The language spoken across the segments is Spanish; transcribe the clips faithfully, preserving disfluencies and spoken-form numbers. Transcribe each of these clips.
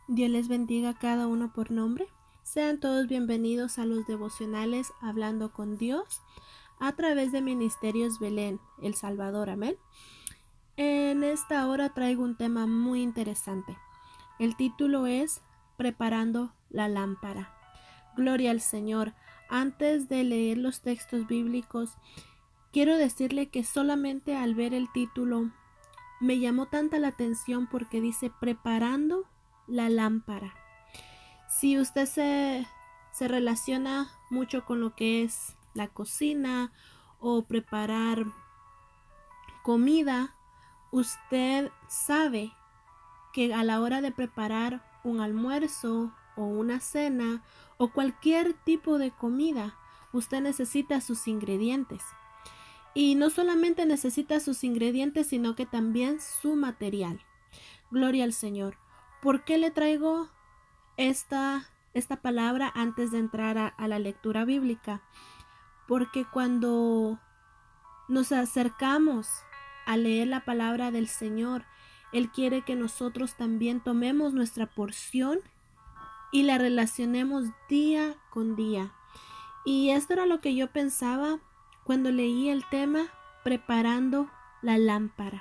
Dios les bendiga a cada uno por nombre. Sean todos bienvenidos a los devocionales Hablando con Dios a través de Ministerios Belén, El Salvador. Amén. En esta hora traigo un tema muy interesante. El título es Preparando la lámpara. Gloria al Señor. Antes de leer los textos bíblicos, quiero decirle que solamente al ver el título me llamó tanta la atención porque dice preparando la lámpara. Si usted se, se relaciona mucho con lo que es la cocina o preparar comida, usted sabe que a la hora de preparar un almuerzo o una cena o cualquier tipo de comida, usted necesita sus ingredientes. Y no solamente necesita sus ingredientes, sino que también su material. Gloria al Señor. ¿Por qué le traigo esta, esta palabra antes de entrar a, a la lectura bíblica? Porque cuando nos acercamos a leer la palabra del Señor, Él quiere que nosotros también tomemos nuestra porción y la relacionemos día con día. Y esto era lo que yo pensaba cuando leí el tema preparando la lámpara.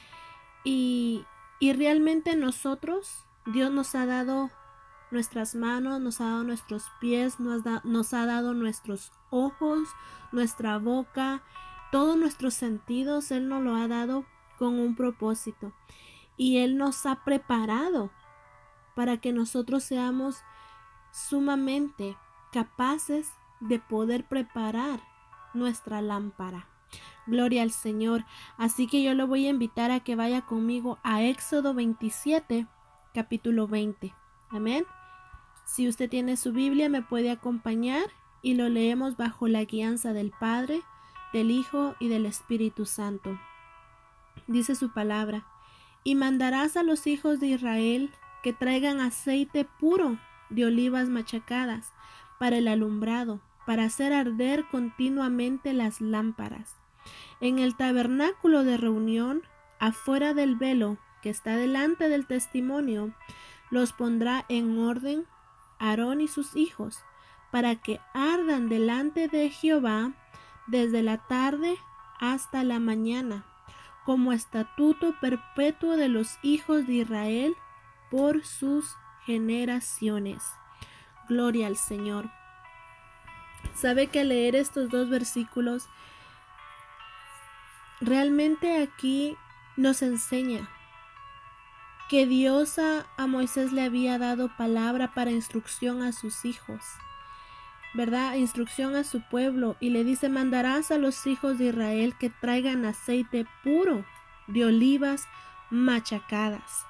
Y, y realmente nosotros, Dios nos ha dado nuestras manos, nos ha dado nuestros pies, nos, da, nos ha dado nuestros ojos, nuestra boca, todos nuestros sentidos. Él nos lo ha dado con un propósito. Y Él nos ha preparado para que nosotros seamos sumamente capaces de poder preparar nuestra lámpara. Gloria al Señor. Así que yo lo voy a invitar a que vaya conmigo a Éxodo veintisiete, capítulo veinte. Amén. Si usted tiene su Biblia, me puede acompañar y lo leemos bajo la guianza del Padre, del Hijo y del Espíritu Santo. Dice su palabra: y mandarás a los hijos de Israel que traigan aceite puro de olivas machacadas para el alumbrado, para hacer arder continuamente las lámparas. En el tabernáculo de reunión, afuera del velo que está delante del testimonio, los pondrá en orden Aarón y sus hijos, para que ardan delante de Jehová desde la tarde hasta la mañana, como estatuto perpetuo de los hijos de Israel por sus generaciones. Gloria al Señor. ¿Sabe que leer estos dos versículos realmente aquí nos enseña que Dios a, a Moisés le había dado palabra para instrucción a sus hijos, ¿verdad? Instrucción a su pueblo, y le dice: mandarás a los hijos de Israel que traigan aceite puro de olivas machacadas.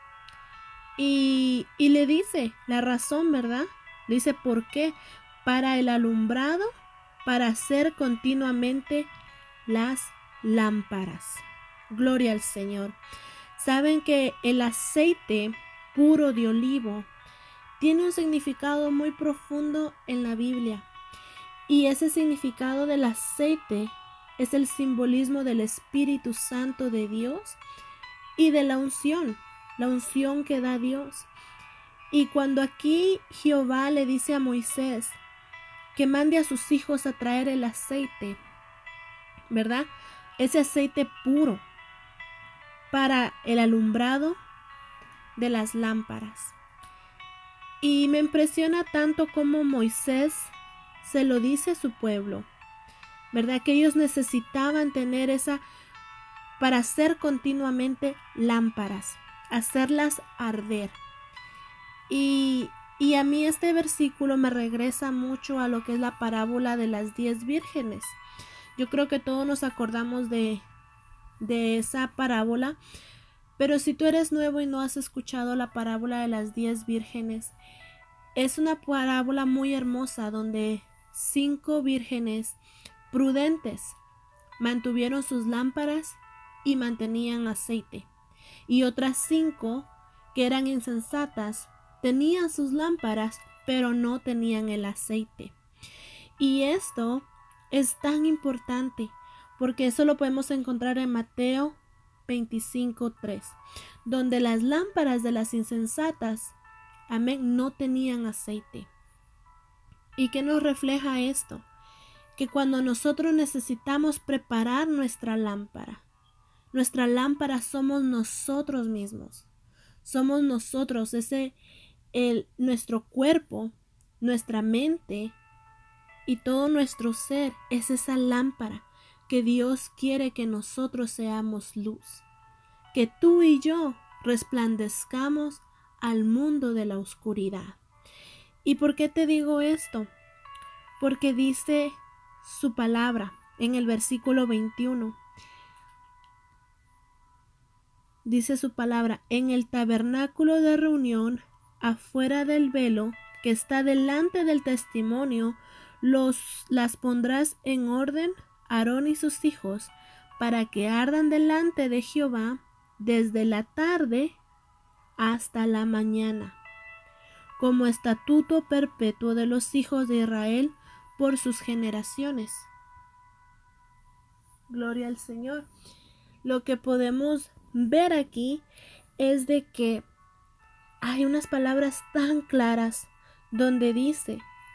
Y, y le dice la razón, ¿verdad? Le dice por qué: para el alumbrado, para hacer continuamente las lámparas. Gloria al Señor. Saben que el aceite puro de olivo tiene un significado muy profundo en la Biblia, y ese significado del aceite es el simbolismo del Espíritu Santo de Dios y de la unción, la unción que da Dios. Y cuando aquí Jehová le dice a Moisés que mande a sus hijos a traer el aceite, ¿verdad? Ese aceite puro para el alumbrado de las lámparas. Y me impresiona tanto como Moisés se lo dice a su pueblo, ¿verdad? Que ellos necesitaban tener esa para hacer continuamente lámparas, hacerlas arder. Y, y a mí este versículo me regresa mucho a lo que es la parábola de las diez vírgenes. Yo creo que todos nos acordamos de, de esa parábola, pero si tú eres nuevo y no has escuchado la parábola de las diez vírgenes, es una parábola muy hermosa donde cinco vírgenes prudentes mantuvieron sus lámparas y mantenían aceite, y otras cinco que eran insensatas tenían sus lámparas pero no tenían el aceite. Y esto es tan importante porque eso lo podemos encontrar en Mateo veinticinco tres, donde las lámparas de las insensatas Amén, no tenían aceite. ¿Y qué nos refleja esto? Que cuando nosotros necesitamos preparar nuestra lámpara, nuestra lámpara somos nosotros mismos. Somos nosotros, ese, el, nuestro cuerpo, nuestra mente y todo nuestro ser es esa lámpara que Dios quiere que nosotros seamos luz. Que tú y yo resplandezcamos al mundo de la oscuridad. ¿Y por qué te digo esto? Porque dice su palabra en el versículo veintiuno. Dice su palabra, en el tabernáculo de reunión, afuera del velo que está delante del testimonio, los, las pondrás en orden, Aarón y sus hijos, para que ardan delante de Jehová desde la tarde hasta la mañana, como estatuto perpetuo de los hijos de Israel por sus generaciones. Gloria al Señor. Lo que podemos ver aquí es de que hay unas palabras tan claras donde dice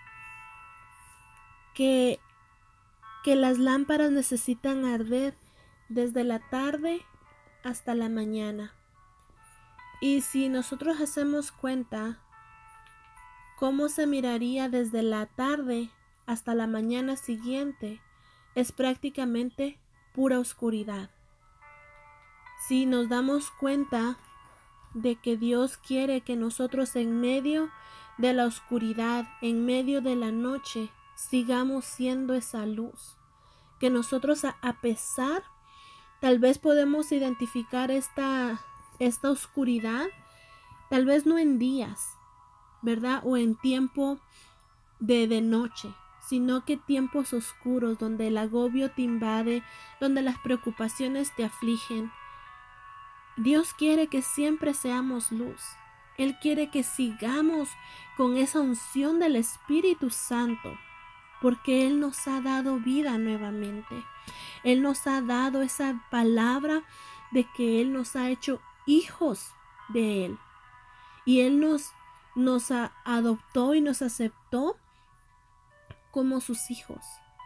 que, que las lámparas necesitan arder desde la tarde hasta la mañana. Y si nosotros hacemos cuenta cómo se miraría desde la tarde hasta la mañana siguiente, es prácticamente pura oscuridad. Si nos damos cuenta de que Dios quiere que nosotros en medio de la oscuridad, en medio de la noche, sigamos siendo esa luz, que nosotros a, a pesar, tal vez podemos identificar esta, esta oscuridad, tal vez no en días, ¿verdad? O en tiempo de, de noche, sino que tiempos oscuros donde el agobio te invade, donde las preocupaciones te afligen. Dios quiere que siempre seamos luz. Él quiere que sigamos con esa unción del Espíritu Santo, porque Él nos ha dado vida nuevamente. Él nos ha dado esa palabra de que Él nos ha hecho hijos de Él. Y Él nos, nos adoptó y nos aceptó como sus hijos.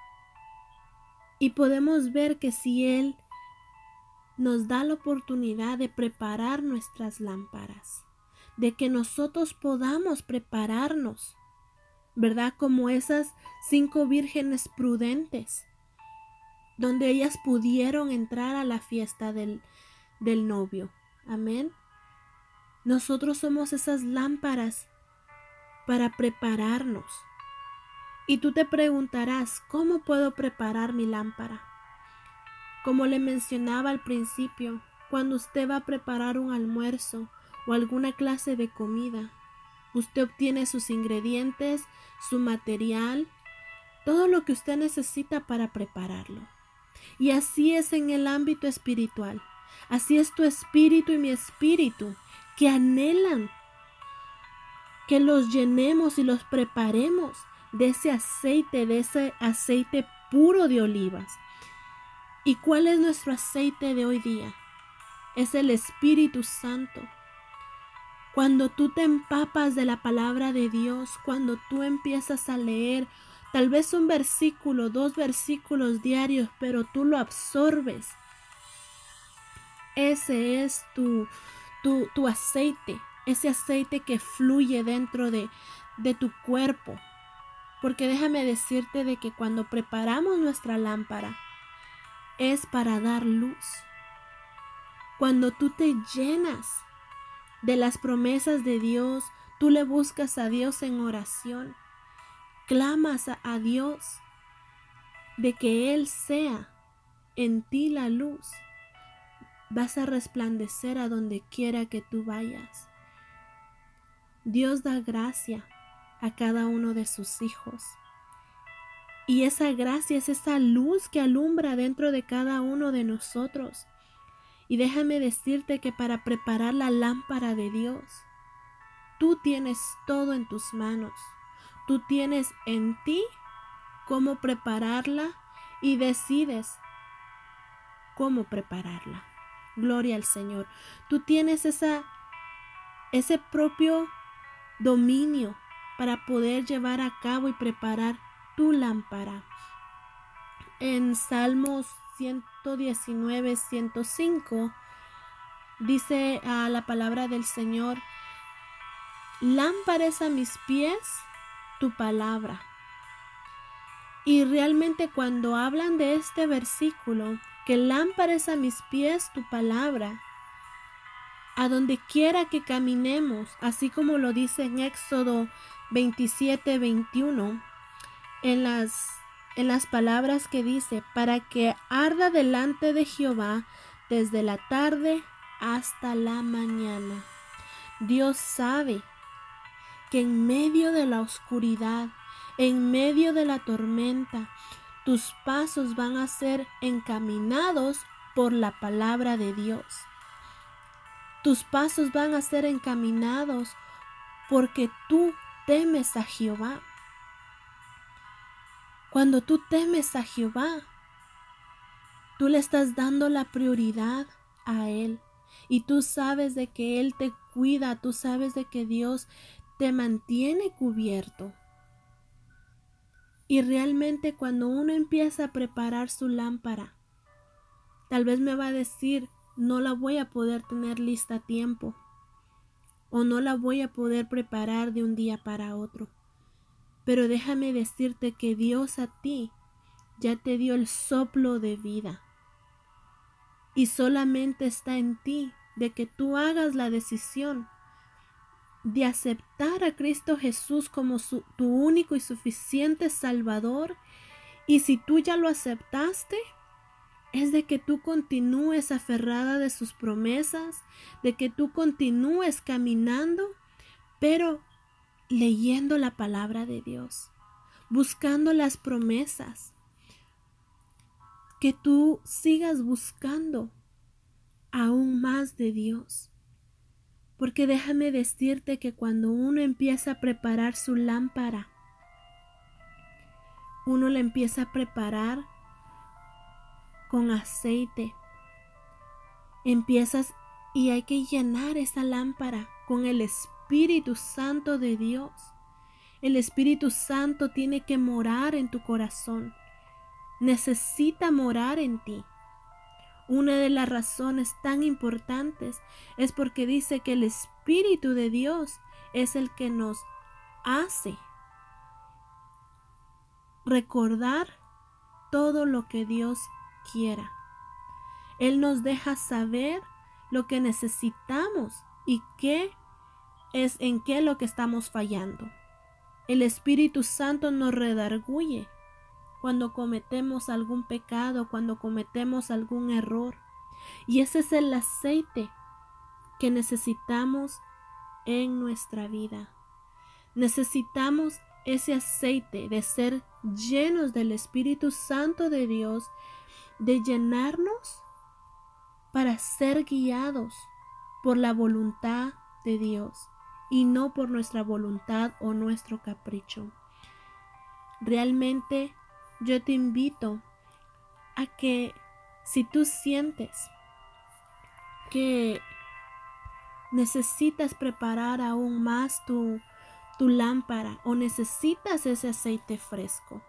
Y podemos ver que si Él nos da la oportunidad de preparar nuestras lámparas, de que nosotros podamos prepararnos, ¿verdad? Como esas cinco vírgenes prudentes, donde ellas pudieron entrar a la fiesta del, del novio. Amén. Nosotros somos esas lámparas para prepararnos. Y tú te preguntarás, ¿cómo puedo preparar mi lámpara? Como le mencionaba al principio, cuando usted va a preparar un almuerzo o alguna clase de comida, usted obtiene sus ingredientes, su material, todo lo que usted necesita para prepararlo. Y así es en el ámbito espiritual. Así es tu espíritu y mi espíritu, que anhelan que los llenemos y los preparemos de ese aceite, de ese aceite puro de olivas. ¿Y cuál es nuestro aceite de hoy día? Es el Espíritu Santo. Cuando tú te empapas de la palabra de Dios, cuando tú empiezas a leer tal vez un versículo, dos versículos diarios, pero tú lo absorbes, ese es tu, tu, tu aceite, ese aceite que fluye dentro de, de tu cuerpo. Porque déjame decirte de que cuando preparamos nuestra lámpara, es para dar luz. Cuando tú te llenas de las promesas de Dios, tú le buscas a Dios en oración, clamas a, a Dios de que Él sea en ti la luz, vas a resplandecer a donde quiera que tú vayas. Dios da gracia a cada uno de sus hijos. Y esa gracia es esa luz que alumbra dentro de cada uno de nosotros. Y déjame decirte que para preparar la lámpara de Dios, tú tienes todo en tus manos. Tú tienes en ti cómo prepararla y decides cómo prepararla. Gloria al Señor. Tú tienes esa, ese propio dominio para poder llevar a cabo y preparar tu lámpara. En Salmos ciento diecinueve, ciento cinco dice a la palabra del Señor: lámpara es a mis pies tu palabra. Y realmente cuando hablan de este versículo, que lámpara es a mis pies tu palabra, a donde quiera que caminemos, así como lo dice en Éxodo veintisiete, veintiuno, en las, en las palabras que dice: para que arda delante de Jehová desde la tarde hasta la mañana. Dios sabe que en medio de la oscuridad, en medio de la tormenta, tus pasos van a ser encaminados por la palabra de Dios. Tus pasos van a ser encaminados porque tú temes a Jehová. Cuando tú temes a Jehová, tú le estás dando la prioridad a Él. Y tú sabes de que Él te cuida, tú sabes de que Dios te mantiene cubierto. Y realmente cuando uno empieza a preparar su lámpara, tal vez me va a decir: no la voy a poder tener lista a tiempo, o no la voy a poder preparar de un día para otro. Pero déjame decirte que Dios a ti ya te dio el soplo de vida. Y solamente está en ti de que tú hagas la decisión de aceptar a Cristo Jesús como su, tu único y suficiente Salvador. Y si tú ya lo aceptaste, es de que tú continúes aferrada de sus promesas, de que tú continúes caminando, pero leyendo la palabra de Dios, buscando las promesas, que tú sigas buscando aún más de Dios. Porque déjame decirte que cuando uno empieza a preparar su lámpara, uno la empieza a preparar con aceite. Empiezas y hay que llenar esa lámpara con el Espíritu Santo de Dios. El Espíritu Santo tiene que morar en tu corazón. Necesita morar en ti. Una de las razones tan importantes es porque dice que el Espíritu de Dios es el que nos hace recordar todo lo que Dios quiera. Él nos deja saber lo que necesitamos y qué es en qué lo que estamos fallando. El Espíritu Santo nos redarguye cuando cometemos algún pecado, cuando cometemos algún error. Y ese es el aceite que necesitamos en nuestra vida. Necesitamos ese aceite de ser llenos del Espíritu Santo de Dios, de llenarnos para ser guiados por la voluntad de Dios y no por nuestra voluntad o nuestro capricho. Realmente yo te invito a que si tú sientes que necesitas preparar aún más tu, tu lámpara o necesitas ese aceite fresco,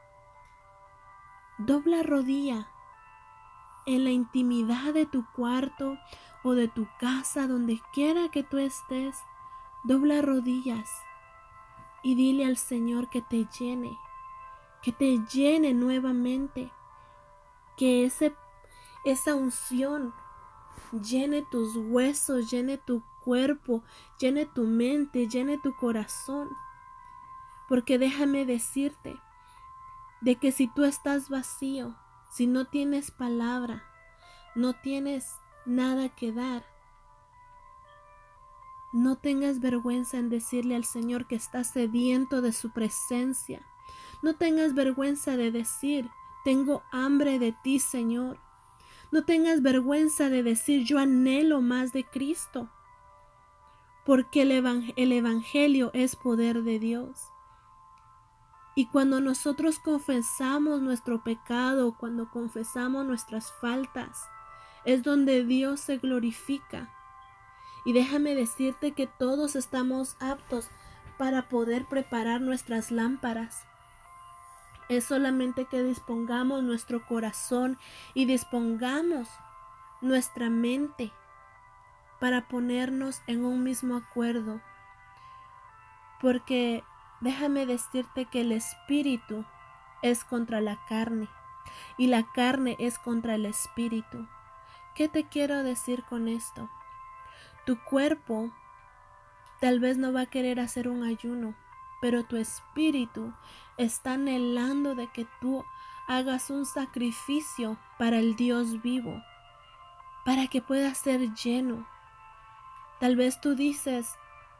dobla rodilla en la intimidad de tu cuarto o de tu casa, donde quiera que tú estés. Dobla rodillas y dile al Señor que te llene, que te llene nuevamente, que ese, esa unción llene tus huesos, llene tu cuerpo, llene tu mente, llene tu corazón. Porque déjame decirte de que si tú estás vacío, si no tienes palabra, no tienes nada que dar, no tengas vergüenza en decirle al Señor que estás sediento de su presencia. No tengas vergüenza de decir: tengo hambre de ti, Señor. No tengas vergüenza de decir: yo anhelo más de Cristo. Porque el, evang- el Evangelio es poder de Dios. Y cuando nosotros confesamos nuestro pecado, cuando confesamos nuestras faltas, es donde Dios se glorifica. Y déjame decirte que todos estamos aptos para poder preparar nuestras lámparas. Es solamente que dispongamos nuestro corazón y dispongamos nuestra mente para ponernos en un mismo acuerdo. Porque déjame decirte que el espíritu es contra la carne y la carne es contra el espíritu. ¿Qué te quiero decir con esto? Tu cuerpo tal vez no va a querer hacer un ayuno, pero tu espíritu está anhelando de que tú hagas un sacrificio para el Dios vivo, para que puedas ser lleno. Tal vez tú dices,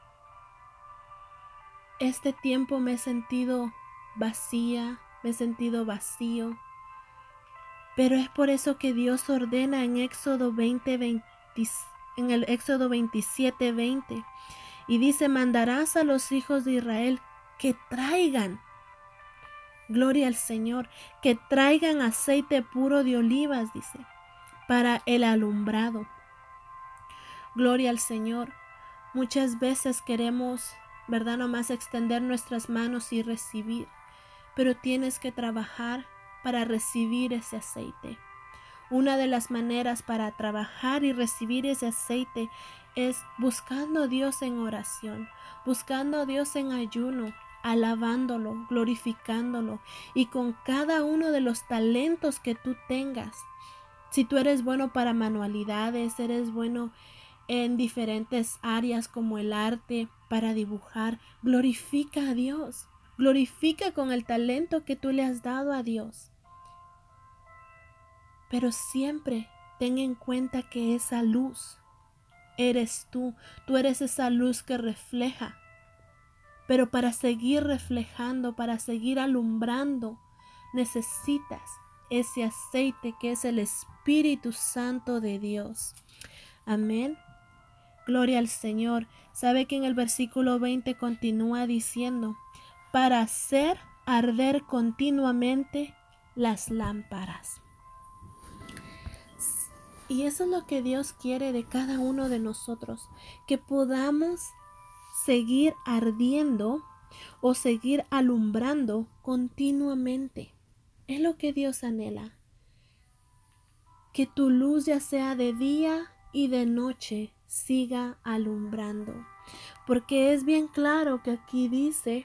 este tiempo me he sentido vacía, me he sentido vacío, pero es por eso que Dios ordena en Éxodo veinte, veinte, en el Éxodo veintisiete, veinte, y dice, mandarás a los hijos de Israel que traigan, gloria al Señor, que traigan aceite puro de olivas, dice, para el alumbrado. Gloria al Señor. Muchas veces queremos, ¿verdad?, nomás extender nuestras manos y recibir, pero tienes que trabajar para recibir ese aceite. Una de las maneras para trabajar y recibir ese aceite es buscando a Dios en oración, buscando a Dios en ayuno, alabándolo, glorificándolo, y con cada uno de los talentos que tú tengas. Si tú eres bueno para manualidades, eres bueno en diferentes áreas como el arte, para dibujar, glorifica a Dios, glorifica con el talento que tú le has dado a Dios. Pero siempre ten en cuenta que esa luz eres tú, tú eres esa luz que refleja. Pero para seguir reflejando, para seguir alumbrando, necesitas ese aceite que es el Espíritu Santo de Dios. Amén. Gloria al Señor. Sabe que en el versículo veinte continúa diciendo, para hacer arder continuamente las lámparas. Y eso es lo que Dios quiere de cada uno de nosotros, que podamos seguir ardiendo o seguir alumbrando continuamente. Es lo que Dios anhela. Que tu luz, ya sea de día y de noche, siga alumbrando. Porque es bien claro que aquí dice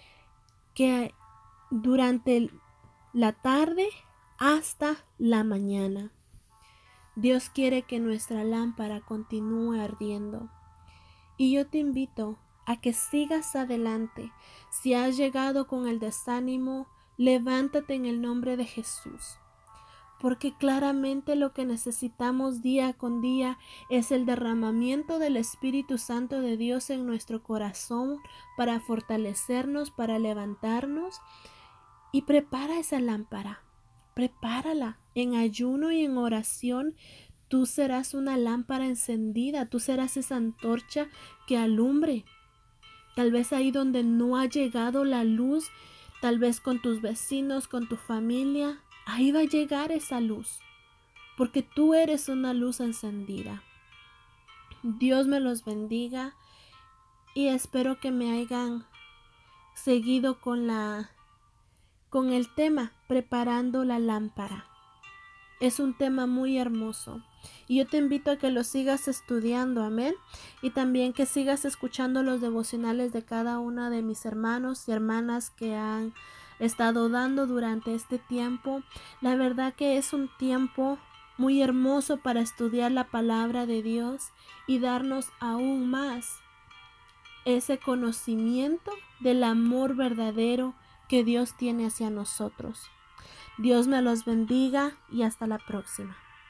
que durante la tarde hasta la mañana, Dios quiere que nuestra lámpara continúe ardiendo. Y yo te invito a que sigas adelante. Si has llegado con el desánimo, levántate en el nombre de Jesús. Porque claramente lo que necesitamos día con día es el derramamiento del Espíritu Santo de Dios en nuestro corazón para fortalecernos, para levantarnos. Y prepara esa lámpara. Prepárala en ayuno y en oración. Tú serás una lámpara encendida, tú serás esa antorcha que alumbre. Tal vez ahí donde no ha llegado la luz, tal vez con tus vecinos, con tu familia, ahí va a llegar esa luz, porque tú eres una luz encendida. Dios me los bendiga y espero que me hayan seguido con la con el tema preparando la lámpara. Es un tema muy hermoso y yo te invito a que lo sigas estudiando, amén, y también que sigas escuchando los devocionales de cada una de mis hermanos y hermanas que han estado dando durante este tiempo. La verdad que es un tiempo muy hermoso para estudiar la palabra de Dios y darnos aún más ese conocimiento del amor verdadero que Dios tiene hacia nosotros. Dios me los bendiga y hasta la próxima.